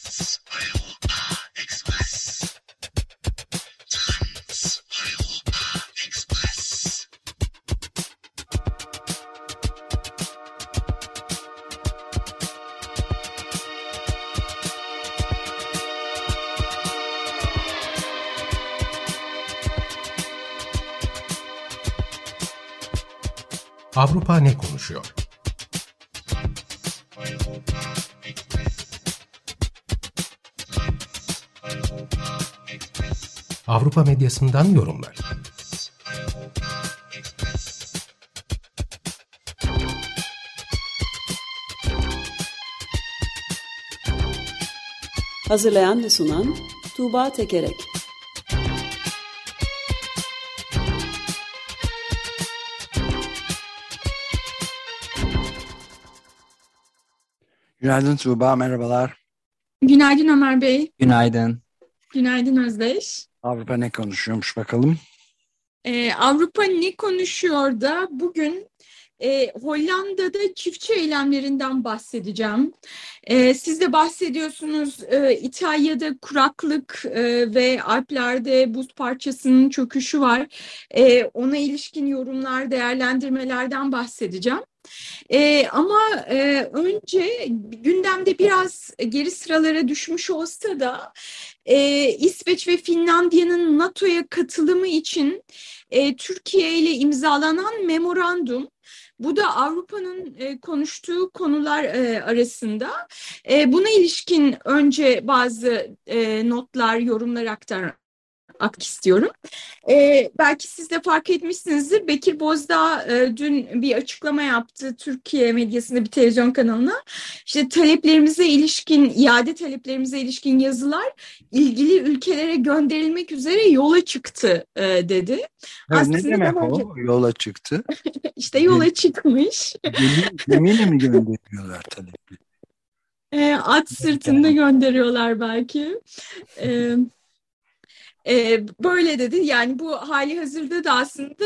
Avrupa ne konuşuyor? Avrupa medyasından yorumlar. Hazırlayan ve sunan Tuğba Tekerek. Günaydın Tuğba, merhabalar. Günaydın Ömer Bey. Günaydın. Günaydın Özdeş. Avrupa ne konuşuyormuş bakalım? Avrupa ne konuşuyor da bugün Hollanda'da çiftçi eylemlerinden bahsedeceğim. Siz de bahsediyorsunuz İtalya'da kuraklık ve Alplerde buz parçasının çöküşü var. Ona ilişkin yorumlar, değerlendirmelerden bahsedeceğim. Ama önce gündemde biraz geri sıralara düşmüş olsa da İsveç ve Finlandiya'nın NATO'ya katılımı için Türkiye ile imzalanan memorandum. Bu da Avrupa'nın konuştuğu konular arasında. Buna ilişkin önce bazı notlar, yorumlar aktarmak istiyorum. Belki siz de fark etmişsinizdir. Bekir Bozdağ dün bir açıklama yaptı Türkiye medyasında bir televizyon kanalına. İşte iade taleplerimize ilişkin yazılar ilgili ülkelere gönderilmek üzere yola çıktı dedi. Evet, ne demek o? Yola çıktı. İşte yola çıkmış. Gemiyle mi gönderiyorlar talepleri? At sırtında gönderiyorlar belki. Böyle dedi. Yani bu hali hazırda da aslında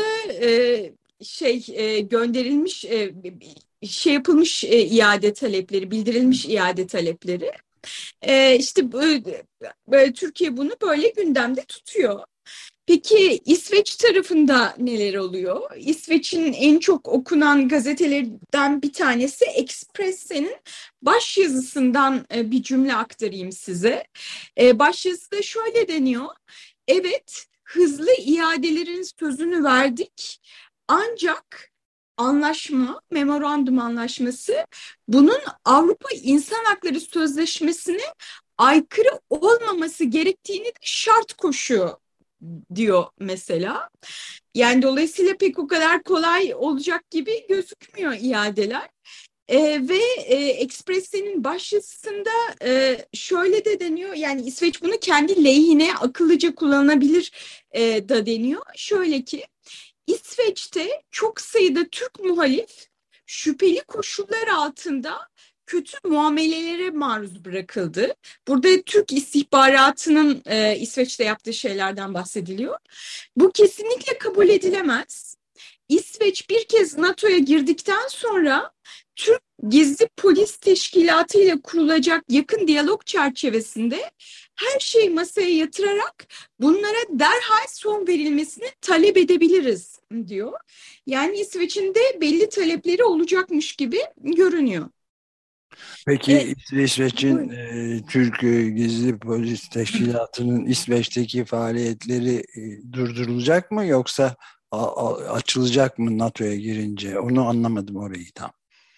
gönderilmiş yapılmış iade talepleri, bildirilmiş iade talepleri. İşte Türkiye bunu böyle gündemde tutuyor. Peki İsveç tarafında neler oluyor? İsveç'in en çok okunan gazetelerden bir tanesi Expressen'in başyazısından bir cümle aktarayım size. Başyazıda şöyle deniyor. Evet, hızlı iadelerin sözünü verdik. Ancak memorandum anlaşması bunun Avrupa İnsan Hakları Sözleşmesi'ne aykırı olmaması gerektiğini de şart koşuyor diyor mesela. Yani dolayısıyla pek o kadar kolay olacak gibi gözükmüyor iadeler. Ve Expressen'in başyazısında şöyle de deniyor, yani İsveç bunu kendi lehine akıllıca kullanabilir da deniyor. Şöyle ki İsveç'te çok sayıda Türk muhalif şüpheli koşullar altında kötü muamelelere maruz bırakıldı. Burada Türk istihbaratının İsveç'te yaptığı şeylerden bahsediliyor. Bu kesinlikle kabul edilemez. İsveç bir kez NATO'ya girdikten sonra Türk Gizli Polis Teşkilatı ile kurulacak yakın diyalog çerçevesinde her şeyi masaya yatırarak bunlara derhal son verilmesini talep edebiliriz diyor. Yani İsveç'in de belli talepleri olacakmış gibi görünüyor. Peki İsveç'in Türk Gizli Polis Teşkilatı'nın İsveç'teki faaliyetleri durdurulacak mı yoksa açılacak mı NATO'ya girince? Onu anlamadım orayı tam.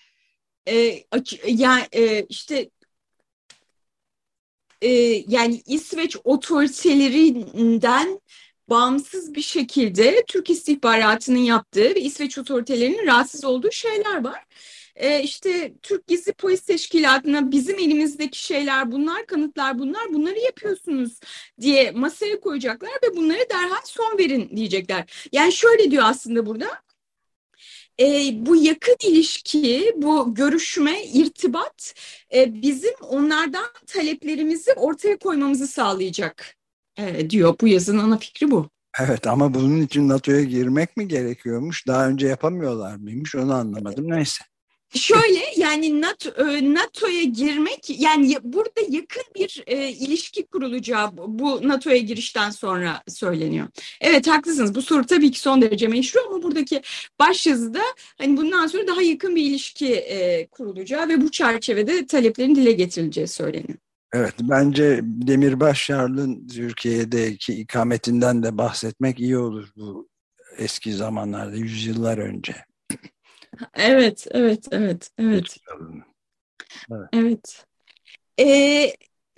Yani İsveç otoritelerinden bağımsız bir şekilde Türk istihbaratının yaptığı ve İsveç otoritelerinin rahatsız olduğu şeyler var. İşte Türk Gizli Polis Teşkilatı'na bizim elimizdeki şeyler bunlar, kanıtlar bunlar, bunları yapıyorsunuz diye masaya koyacaklar ve bunları derhal son verin diyecekler. Yani şöyle diyor aslında burada. Bu yakın ilişki, bu görüşme, irtibat bizim onlardan taleplerimizi ortaya koymamızı sağlayacak diyor. Bu yazının ana fikri bu. Evet, ama bunun için NATO'ya girmek mi gerekiyormuş? Daha önce yapamıyorlar mıymış? Onu anlamadım. Neyse. Şöyle yani NATO'ya girmek yani burada yakın bir ilişki kurulacağı bu NATO'ya girişten sonra söyleniyor. Evet haklısınız, bu soru tabii ki son derece meşru ama buradaki başyazıda hani bundan sonra daha yakın bir ilişki kurulacağı ve bu çerçevede taleplerin dile getirileceği söyleniyor. Evet, bence Demirbaş Şarl'ın Türkiye'deki ikametinden de bahsetmek iyi olur bu eski zamanlarda, yüzyıllar önce. Evet. Evet. Evet. Ee,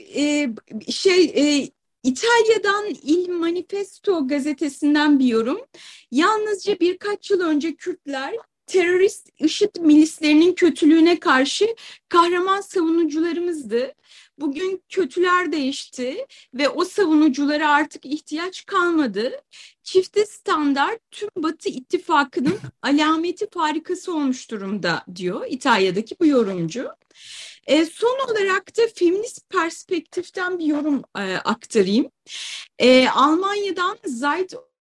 şey İtalya'dan Il Manifesto gazetesinden bir yorum. Yalnızca birkaç yıl önce Kürtler terörist IŞİD milislerinin kötülüğüne karşı kahraman savunucularımızdı. Bugün kötüler değişti ve o savunuculara artık ihtiyaç kalmadı. Çifte standart tüm Batı ittifakının alameti farikası olmuş durumda diyor İtalya'daki bu yorumcu. Son olarak da feminist perspektiften bir yorum aktarayım. Almanya'dan Zeit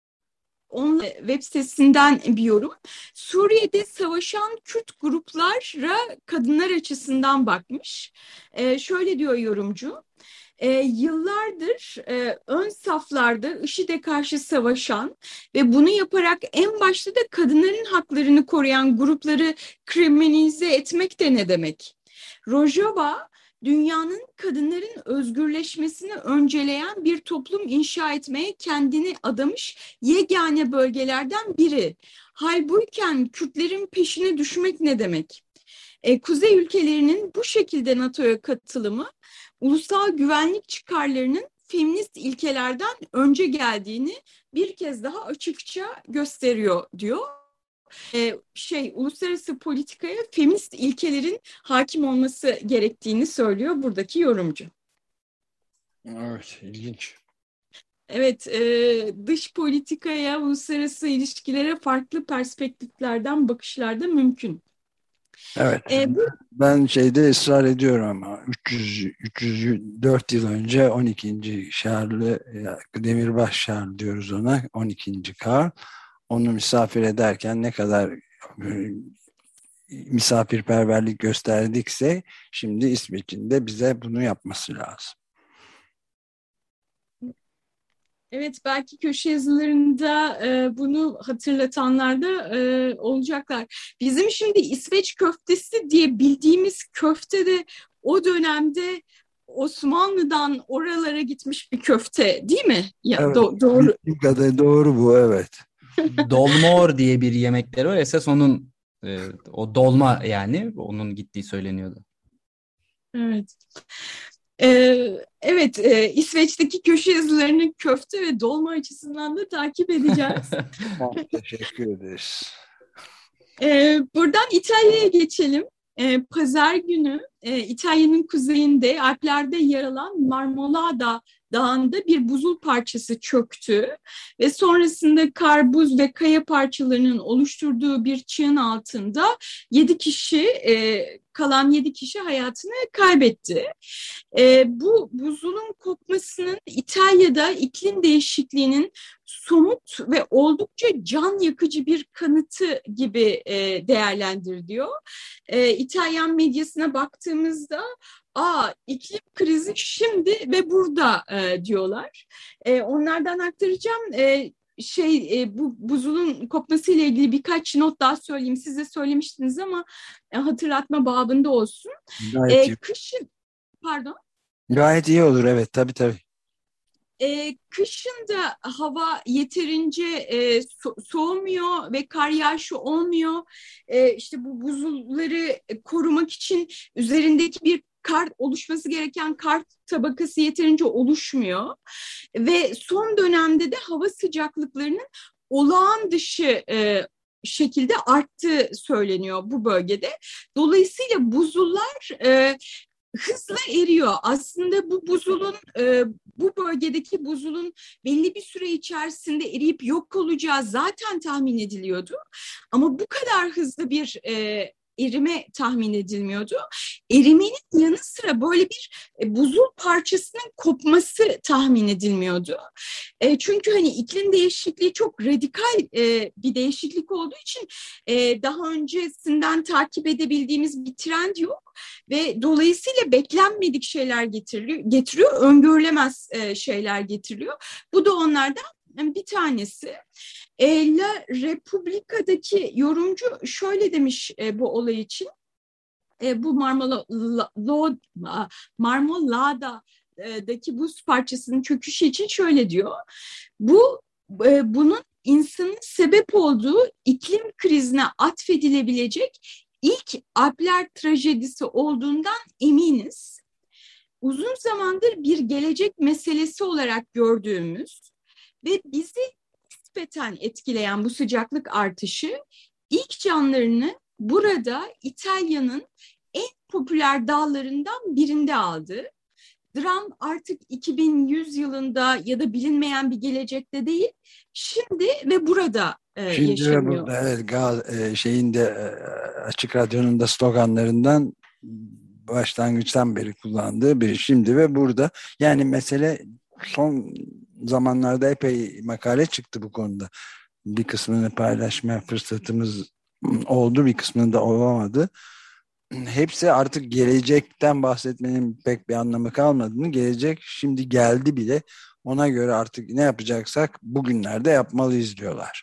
web sitesinden bir yorum. Suriye'de savaşan Kürt gruplara kadınlar açısından bakmış. Şöyle diyor yorumcu. Yıllardır ön saflarda IŞİD'e karşı savaşan ve bunu yaparak en başta da kadınların haklarını koruyan grupları kriminalize etmek de ne demek? Rojava, dünyanın kadınların özgürleşmesini önceleyen bir toplum inşa etmeye kendini adamış yegane bölgelerden biri. Halbuki Kürtlerin peşine düşmek ne demek? Kuzey ülkelerinin bu şekilde NATO'ya katılımı, ulusal güvenlik çıkarlarının feminist ilkelerden önce geldiğini bir kez daha açıkça gösteriyor diyor. Uluslararası politikaya feminist ilkelerin hakim olması gerektiğini söylüyor buradaki yorumcu. Evet, ilginç. Evet, dış politikaya, uluslararası ilişkilere farklı perspektiflerden bakışlar da mümkün. Evet, ben ısrar ediyorum ama 304 yıl önce 12. Şarlı, Demirbaş Şarlı diyoruz ona, 12. Karl, onu misafir ederken ne kadar misafirperverlik gösterdikse şimdi İsveç'in de bize bunu yapması lazım. Evet, belki köşe yazılarında bunu hatırlatanlar da olacaklar. Bizim şimdi İsveç köftesi diye bildiğimiz köfte de o dönemde Osmanlı'dan oralara gitmiş bir köfte değil mi? Ya, evet, doğru. Doğru bu, evet. Dolmor diye bir yemekleri var. Esas onun o dolma yani onun gittiği söyleniyordu. Evet. Evet, İsveç'teki köşe yazılarını köfte ve dolma açısından da takip edeceğiz. Teşekkür ederiz. Buradan İtalya'ya geçelim. Pazar günü İtalya'nın kuzeyinde Alplerde yer alan Marmolada Dağı'nda bir buzul parçası çöktü ve sonrasında kar, buz ve kaya parçalarının oluşturduğu bir çığın altında kalan 7 kişi hayatını kaybetti. Bu buzulun kopmasının İtalya'da iklim değişikliğinin somut ve oldukça can yakıcı bir kanıtı gibi değerlendiriliyor. İtalyan medyasına baktığımızda iklim krizi şimdi ve burada diyorlar. Onlardan aktaracağım. Bu buzulun kopması ile ilgili birkaç not daha söyleyeyim. Siz de söylemiştiniz ama hatırlatma babında olsun. Kışın, pardon. Gayet iyi olur, evet, tabii. Kışın da hava yeterince soğumuyor ve kar yağışı olmuyor. İşte bu buzulları korumak için üzerindeki bir kar oluşması gereken kar tabakası yeterince oluşmuyor. Ve son dönemde de hava sıcaklıklarının olağan dışı şekilde arttığı söyleniyor bu bölgede. Dolayısıyla buzullar hızla eriyor. Aslında bu bölgedeki buzulun belli bir süre içerisinde eriyip yok olacağı zaten tahmin ediliyordu. Ama bu kadar hızlı bir erime tahmin edilmiyordu. Erimenin yanı sıra böyle bir buzul parçasının kopması tahmin edilmiyordu. Çünkü hani iklim değişikliği çok radikal bir değişiklik olduğu için daha öncesinden takip edebildiğimiz bir trend yok ve dolayısıyla beklenmedik şeyler getiriyor, öngörülemez şeyler getiriliyor. Bu da onlardan bir tanesi. La Republica'daki yorumcu şöyle demiş bu olay için. Bu Marmolada'daki buz parçasının çöküşü için şöyle diyor. Bunun insanın sebep olduğu iklim krizine atfedilebilecek ilk Alpler trajedisi olduğundan eminiz. Uzun zamandır bir gelecek meselesi olarak gördüğümüz ve bizi nispeten etkileyen bu sıcaklık artışı ilk canlarını burada İtalya'nın en popüler dağlarından birinde aldı. Dram artık 2100 yılında ya da bilinmeyen bir gelecekte değil, şimdi ve burada yaşanıyor. Şimdi ve burada, evet, Açık Radyo'nun da sloganlarından başlangıçtan beri kullandığı bir şimdi ve burada. Yani mesele son zamanlarda epey makale çıktı bu konuda. Bir kısmını paylaşma fırsatımız oldu, bir kısmını da olamadı. Hepsi artık gelecekten bahsetmenin pek bir anlamı kalmadığını, gelecek şimdi geldi bile, ona göre artık ne yapacaksak bugünlerde yapmalıyız diyorlar.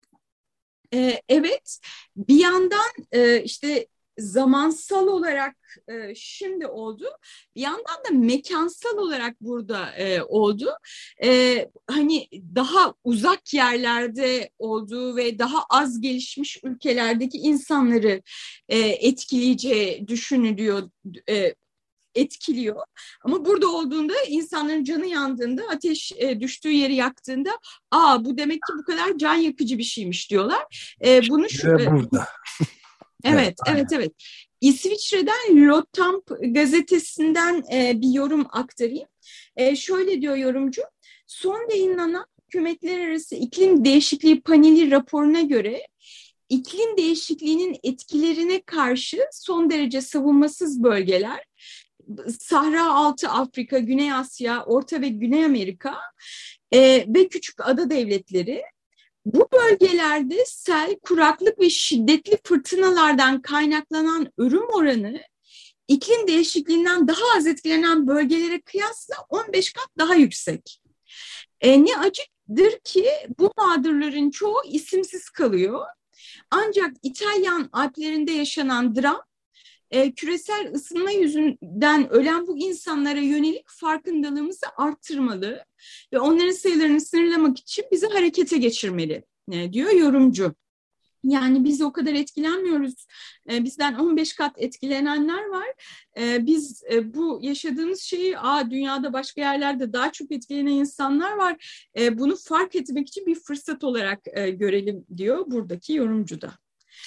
Evet, bir yandan işte zamansal olarak şimdi oldu. Bir yandan da mekansal olarak burada oldu. Hani daha uzak yerlerde olduğu ve daha az gelişmiş ülkelerdeki insanları etkileyeceği düşünülüyor, etkiliyor. Ama burada olduğunda, insanların canı yandığında, ateş düştüğü yeri yaktığında, bu demek ki bu kadar can yakıcı bir şeymiş diyorlar. Bunu burada. Evet. İsviçre'den Lotamp gazetesinden bir yorum aktarayım. Şöyle diyor yorumcu, son yayınlanan Hükümetler Arası İklim Değişikliği Paneli raporuna göre iklim değişikliğinin etkilerine karşı son derece savunmasız bölgeler, Sahra Altı Afrika, Güney Asya, Orta ve Güney Amerika ve küçük ada devletleri. Bu bölgelerde sel, kuraklık ve şiddetli fırtınalardan kaynaklanan ölüm oranı iklim değişikliğinden daha az etkilenen bölgelere kıyasla 15 kat daha yüksek. Ne acıdır ki bu mağdurların çoğu isimsiz kalıyor. Ancak İtalyan Alplerinde yaşanan dram, küresel ısınma yüzünden ölen bu insanlara yönelik farkındalığımızı arttırmalı ve onların sayılarını sınırlamak için bizi harekete geçirmeli diyor yorumcu. Yani biz o kadar etkilenmiyoruz. Bizden 15 kat etkilenenler var. Biz bu yaşadığımız şeyi dünyada başka yerlerde daha çok etkilenen insanlar var. Bunu fark etmek için bir fırsat olarak görelim diyor buradaki yorumcu da.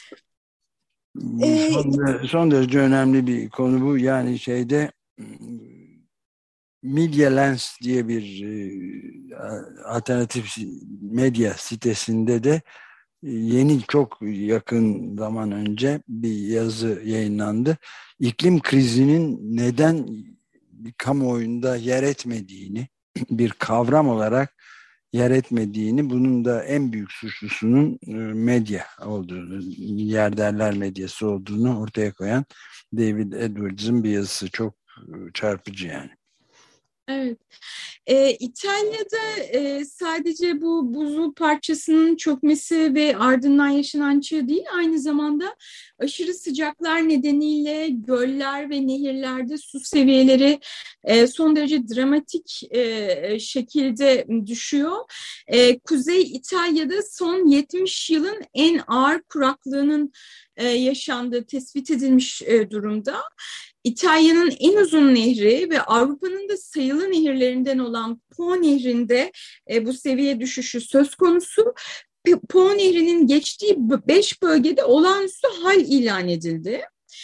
Son derece önemli bir konu bu. Yani Media Lens diye bir alternatif medya sitesinde de çok yakın zaman önce bir yazı yayınlandı. İklim krizinin neden kamuoyunda yer etmediğini, bir kavram olarak yer etmediğini, bunun da en büyük suçlusunun medya olduğunu, yerderler medyası olduğunu ortaya koyan David Edwards'ın bir yazısı. Çok çarpıcı yani. Evet. İtalya'da sadece bu buzul parçasının çökmesi ve ardından yaşanan çığ değil, aynı zamanda aşırı sıcaklar nedeniyle göller ve nehirlerde su seviyeleri son derece dramatik şekilde düşüyor. Kuzey İtalya'da son 70 yılın en ağır kuraklığının yaşandığı tespit edilmiş durumda. İtalya'nın en uzun nehri ve Avrupa'nın da sayılı nehirlerinden olan Po Nehri'nde bu seviye düşüşü söz konusu. Po Nehri'nin geçtiği 5 bölgede olağanüstü hal ilan edildi.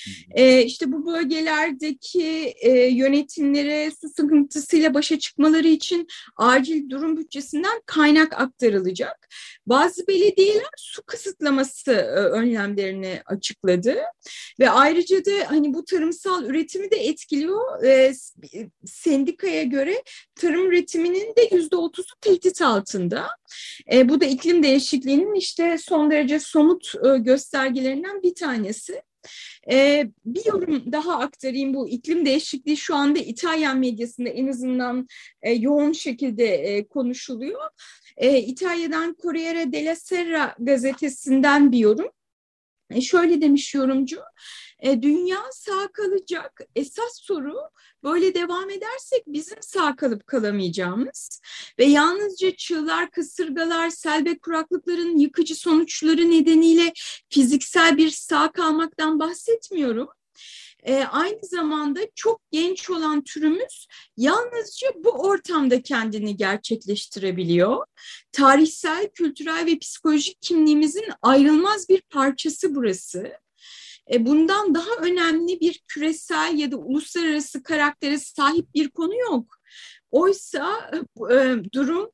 İşte bu bölgelerdeki yönetimlere su sıkıntısıyla başa çıkmaları için acil durum bütçesinden kaynak aktarılacak. Bazı belediyeler su kısıtlaması önlemlerini açıkladı ve ayrıca da hani bu tarımsal üretimi de etkiliyor. Sendikaya göre tarım üretiminin de %30'u tehdit altında. Bu da iklim değişikliğinin işte son derece somut göstergelerinden bir tanesi. Bir yorum daha aktarayım. Bu iklim değişikliği şu anda İtalyan medyasında en azından yoğun şekilde konuşuluyor. İtalya'dan Corriere della Sera gazetesinden bir yorum. Şöyle demiş yorumcu, dünya sağ kalacak. Esas soru, böyle devam edersek bizim sağ kalıp kalamayacağımız ve yalnızca çığlar, kasırgalar, sel ve kuraklıkların yıkıcı sonuçları nedeniyle fiziksel bir sağ kalmaktan bahsetmiyorum. Aynı zamanda çok genç olan türümüz yalnızca bu ortamda kendini gerçekleştirebiliyor. Tarihsel, kültürel ve psikolojik kimliğimizin ayrılmaz bir parçası burası. Bundan daha önemli bir küresel ya da uluslararası karaktere sahip bir konu yok. Oysa durum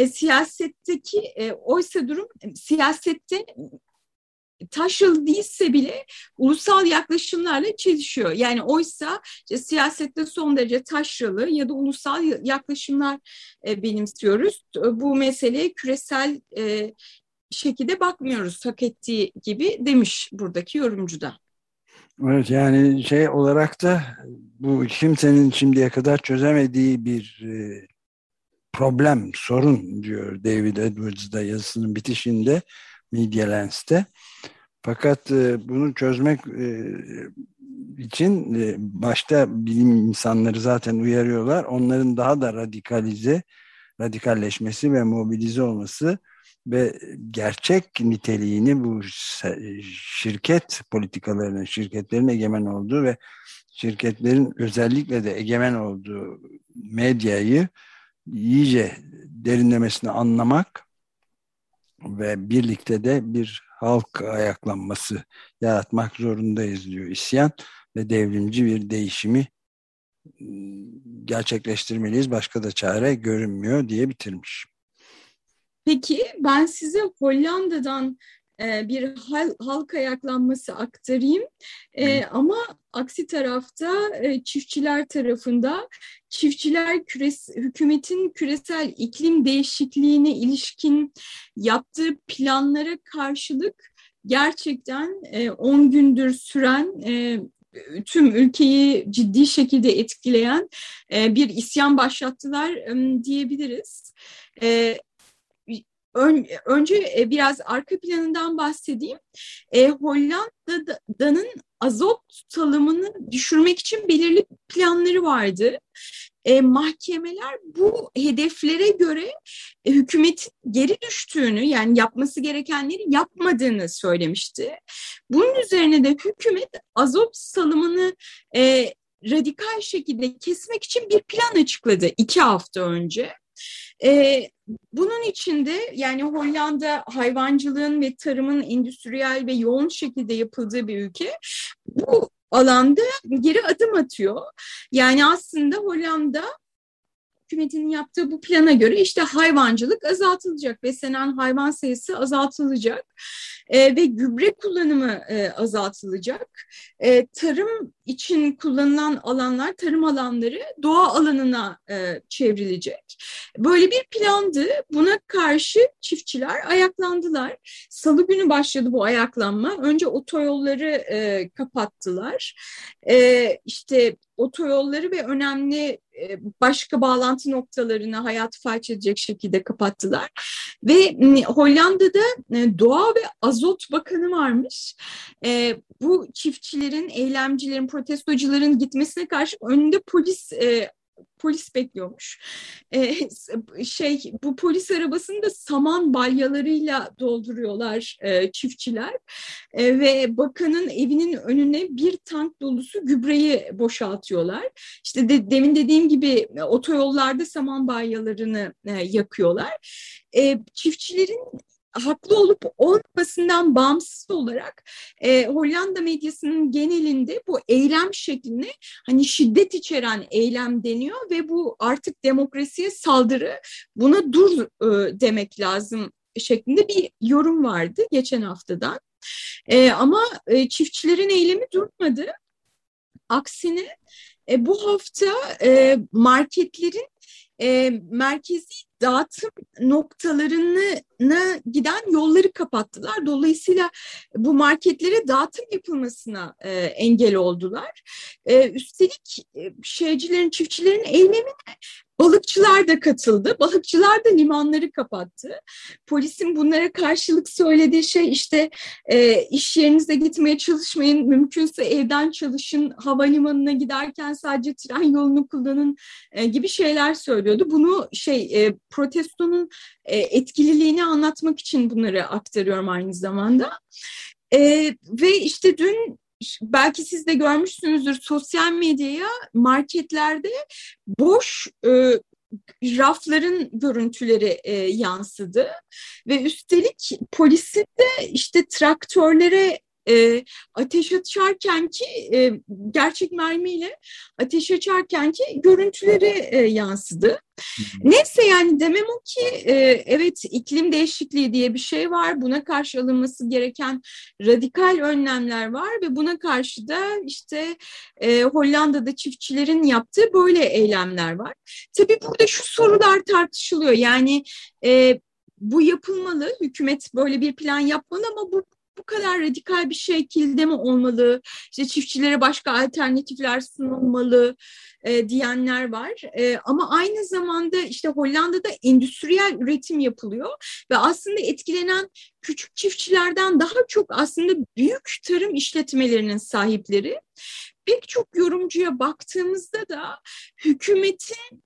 siyasette taşralı değilse bile ulusal yaklaşımlarla çelişiyor. Yani oysa işte siyasette son derece taşralı ya da ulusal yaklaşımlar benimsiyoruz. Bu meseleye küresel şekilde bakmıyoruz hak ettiği gibi demiş buradaki yorumcu da. Evet, yani şey olarak da bu kimsenin şimdiye kadar çözemediği bir problem, sorun diyor David Edwards da yazısının bitişinde Media Lens'te. Fakat bunu çözmek için başta bilim insanları zaten uyarıyorlar. Onların daha da radikalleşmesi ve mobilize olması ve gerçek niteliğini bu şirket politikalarının, şirketlerin egemen olduğu ve şirketlerin özellikle de egemen olduğu medyayı iyice derinlemesine anlamak ve birlikte de bir halk ayaklanması yaratmak zorundayız diyor. İsyan ve devrimci bir değişimi gerçekleştirmeliyiz. Başka da çare görünmüyor diye bitirmiş. Peki ben size Hollanda'dan bir halk ayaklanması aktarayım. Ama aksi tarafta çiftçiler tarafında hükümetin küresel iklim değişikliğine ilişkin yaptığı planlara karşılık gerçekten 10 gündür süren tüm ülkeyi ciddi şekilde etkileyen bir isyan başlattılar diyebiliriz. Önce biraz arka planından bahsedeyim. Hollanda'nın azot salımını düşürmek için belirli planları vardı. Mahkemeler bu hedeflere göre hükümetin geri düştüğünü, yani yapması gerekenleri yapmadığını söylemişti. Bunun üzerine de hükümet azot salımını radikal şekilde kesmek için bir plan açıkladı 2 hafta önce. Bunun içinde yani Hollanda hayvancılığın ve tarımın endüstriyel ve yoğun şekilde yapıldığı bir ülke. Bu alanda geri adım atıyor. Yani aslında Hollanda hükümetinin yaptığı bu plana göre işte hayvancılık azaltılacak, beslenen hayvan sayısı azaltılacak ve gübre kullanımı azaltılacak. Tarım için kullanılan alanlar, tarım alanları doğa alanına çevrilecek. Böyle bir plandı. Buna karşı çiftçiler ayaklandılar. Salı günü başladı bu ayaklanma. Önce otoyolları kapattılar. İşte otoyolları ve önemli başka bağlantı noktalarını hayatı felç edecek şekilde kapattılar. Ve Hollanda'da Doğa ve Azot Bakanı varmış. Bu çiftçilerin, eylemcilerin, protestocuların gitmesine karşı önünde polis bekliyormuş. Bu polis arabasını da saman balyalarıyla dolduruyorlar çiftçiler ve bakanın evinin önüne bir tank dolusu gübreyi boşaltıyorlar. İşte demin dediğim gibi otoyollarda saman balyalarını yakıyorlar. Çiftçilerin haklı olup olmamasından bağımsız olarak Hollanda medyasının genelinde bu eylem şekline hani şiddet içeren eylem deniyor ve bu artık demokrasiye saldırı, buna dur demek lazım şeklinde bir yorum vardı geçen haftadan. Ama çiftçilerin eylemi durmadı. Aksine bu hafta marketlerin merkezi dağıtım noktalarına giden yolları kapattılar. Dolayısıyla bu marketlere dağıtım yapılmasına engel oldular. Üstelik çiftçilerin eylemine balıkçılar da katıldı. Balıkçılar da limanları kapattı. Polisin bunlara karşılık söylediği şey işte iş yerinize gitmeye çalışmayın, mümkünse evden çalışın, havalimanına giderken sadece tren yolunu kullanın gibi şeyler söylüyordu. Bunu protestonun etkililiğini anlatmak için bunları aktarıyorum aynı zamanda. Ve işte dün belki siz de görmüşsünüzdür, sosyal medyaya marketlerde boş rafların görüntüleri yansıdı ve üstelik polisin de işte traktörlere ateş açarken ki gerçek mermiyle ateş açarken ki görüntüleri yansıdı. Neyse, yani demem o ki evet, iklim değişikliği diye bir şey var. Buna karşı alınması gereken radikal önlemler var ve buna karşı da işte Hollanda'da çiftçilerin yaptığı böyle eylemler var. Tabii burada şu sorular tartışılıyor. Yani bu yapılmalı, hükümet böyle bir plan yapmalı ama bu kadar radikal bir şekilde mi olmalı? İşte çiftçilere başka alternatifler sunulmalı diyenler var. Ama aynı zamanda işte Hollanda'da endüstriyel üretim yapılıyor ve aslında etkilenen küçük çiftçilerden daha çok aslında büyük tarım işletmelerinin sahipleri. Pek çok yorumcuya baktığımızda da hükümetin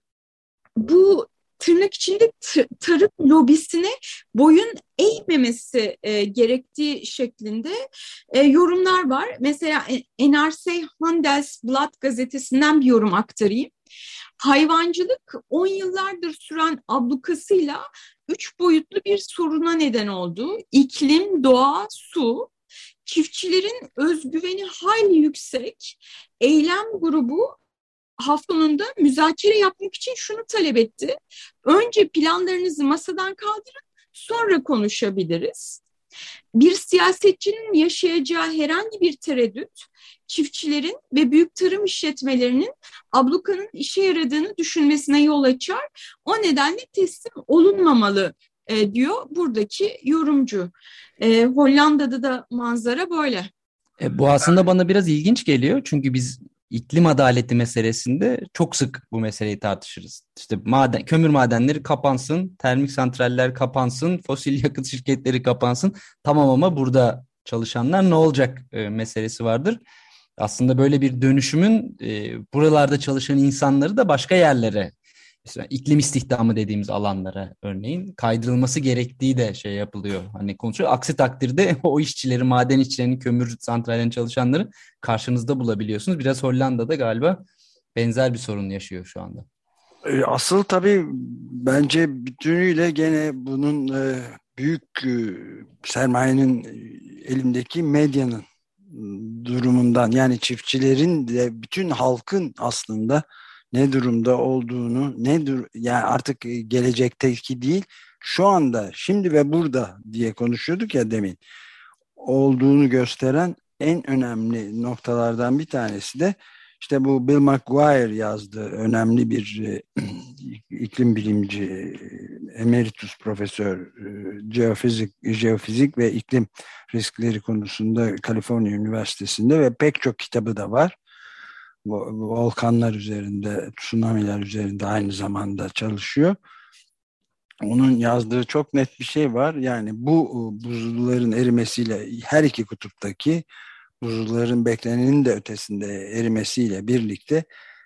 bu tırnak içinde tarım lobisine boyun eğmemesi gerektiği şeklinde yorumlar var. Mesela NRC Handelsblad gazetesinden bir yorum aktarayım. Hayvancılık 10 yıllardır süren ablukasıyla 3 boyutlu bir soruna neden oldu. İklim, doğa, su. Çiftçilerin özgüveni hayli yüksek. Eylem grubu haftanında müzakere yapmak için şunu talep etti: önce planlarınızı masadan kaldırın, sonra konuşabiliriz. Bir siyasetçinin yaşayacağı herhangi bir tereddüt, çiftçilerin ve büyük tarım işletmelerinin ablukanın işe yaradığını düşünmesine yol açar. O nedenle teslim olunmamalı diyor buradaki yorumcu. Hollanda'da da manzara böyle. Bu aslında bana biraz ilginç geliyor. Çünkü biz iklim adaleti meselesinde çok sık bu meseleyi tartışırız. İşte kömür madenleri kapansın, termik santraller kapansın, fosil yakıt şirketleri kapansın. Tamam ama burada çalışanlar ne olacak meselesi vardır. Aslında böyle bir dönüşümün buralarda çalışan insanları da başka yerlere, mesela iklim istihdamı dediğimiz alanlara örneğin kaydırılması gerektiği de yapılıyor. Hani konuşuyor. Aksi takdirde o işçileri, maden işçilerini, kömür santrallerinin çalışanları karşınızda bulabiliyorsunuz. Biraz Hollanda'da galiba benzer bir sorun yaşıyor şu anda. Asıl tabii bence bütünüyle gene bunun büyük sermayenin elindeki medyanın durumundan, yani çiftçilerin de bütün halkın aslında ne durumda olduğunu, yani artık gelecekteki değil, şu anda, şimdi ve burada diye konuşuyorduk ya demin, olduğunu gösteren en önemli noktalardan bir tanesi de işte bu Bill McGuire yazdığı önemli bir iklim bilimci, emeritus profesör, jeofizik ve iklim riskleri konusunda Kaliforniya Üniversitesi'nde ve pek çok kitabı da var. Volkanlar üzerinde, tsunamiler üzerinde aynı zamanda çalışıyor. Onun yazdığı çok net bir şey var. Yani bu buzulların erimesiyle, her iki kutuptaki buzulların beklenenin de ötesinde erimesiyle birlikte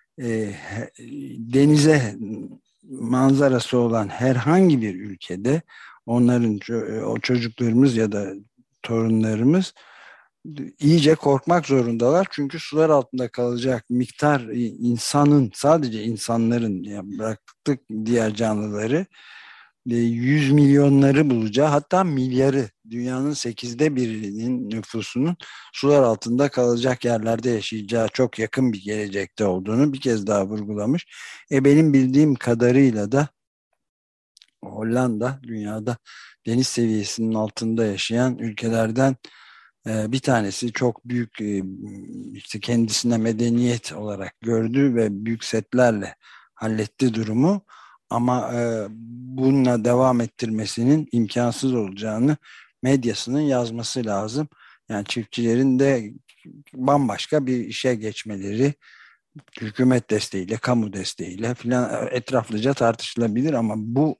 denize manzarası olan herhangi bir ülkede onların, o çocuklarımız ya da torunlarımız iyice korkmak zorundalar. Çünkü sular altında kalacak miktar insanın, sadece insanların, ya bıraktık diğer canlıları, 100 milyonları bulacağı, hatta milyarı, dünyanın 1/8'inin nüfusunun sular altında kalacak yerlerde yaşayacağı çok yakın bir gelecekte olduğunu bir kez daha vurgulamış. Benim bildiğim kadarıyla da Hollanda dünyada deniz seviyesinin altında yaşayan ülkelerden bir tanesi. Çok büyük, işte kendisine medeniyet olarak gördü ve büyük setlerle halletti durumu. Ama bununla devam ettirmesinin imkansız olacağını medyasının yazması lazım. Yani çiftçilerin de bambaşka bir işe geçmeleri, hükümet desteğiyle, kamu desteğiyle filan etraflıca tartışılabilir, ama bu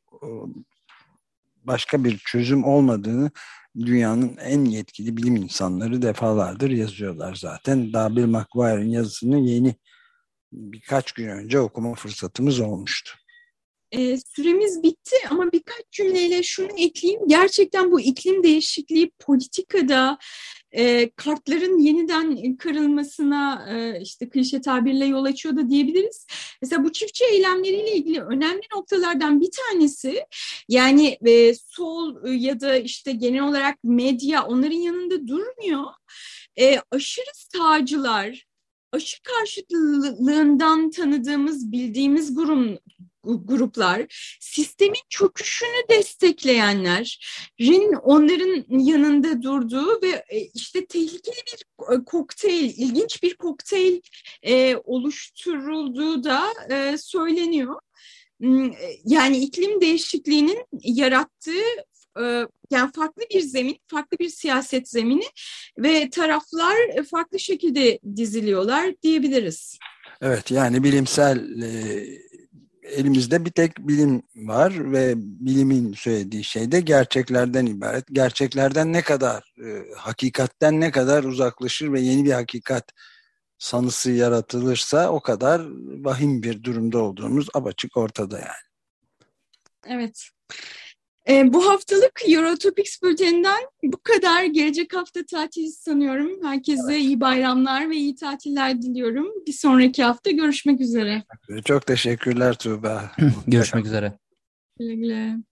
başka bir çözüm olmadığını dünyanın en yetkili bilim insanları defalardır yazıyorlar zaten. Daha Bill McGuire'ın yazısını birkaç gün önce okuma fırsatımız olmuştu. Süremiz bitti ama birkaç cümleyle şunu ekleyeyim. Gerçekten bu iklim değişikliği politikada kartların yeniden kırılmasına işte klişe tabirle yol açıyor da diyebiliriz. Mesela bu çiftçi eylemleriyle ilgili önemli noktalardan bir tanesi, yani sol ya da işte genel olarak medya onların yanında durmuyor. Aşırı sağcılar, aşı karşıtlığından tanıdığımız, bildiğimiz gruplar, sistemin çöküşünü destekleyenlerin onların yanında durduğu ve işte tehlikeli bir kokteyl, ilginç bir kokteyl oluşturulduğu da söyleniyor. Yani iklim değişikliğinin yarattığı yani farklı bir zemin, farklı bir siyaset zemini ve taraflar farklı şekilde diziliyorlar diyebiliriz. Evet, yani bilimsel elimizde bir tek bilim var ve bilimin söylediği şey de gerçeklerden ibaret. Gerçeklerden ne kadar, hakikatten ne kadar uzaklaşır ve yeni bir hakikat sanısı yaratılırsa o kadar vahim bir durumda olduğumuz apaçık ortada yani. Evet. Bu haftalık Eurotopics bülteninden bu kadar. Gelecek hafta tatil sanıyorum. Herkese iyi bayramlar ve iyi tatiller diliyorum. Bir sonraki hafta görüşmek üzere. Çok teşekkürler Tuğba. Görüşmek üzere. Güle güle.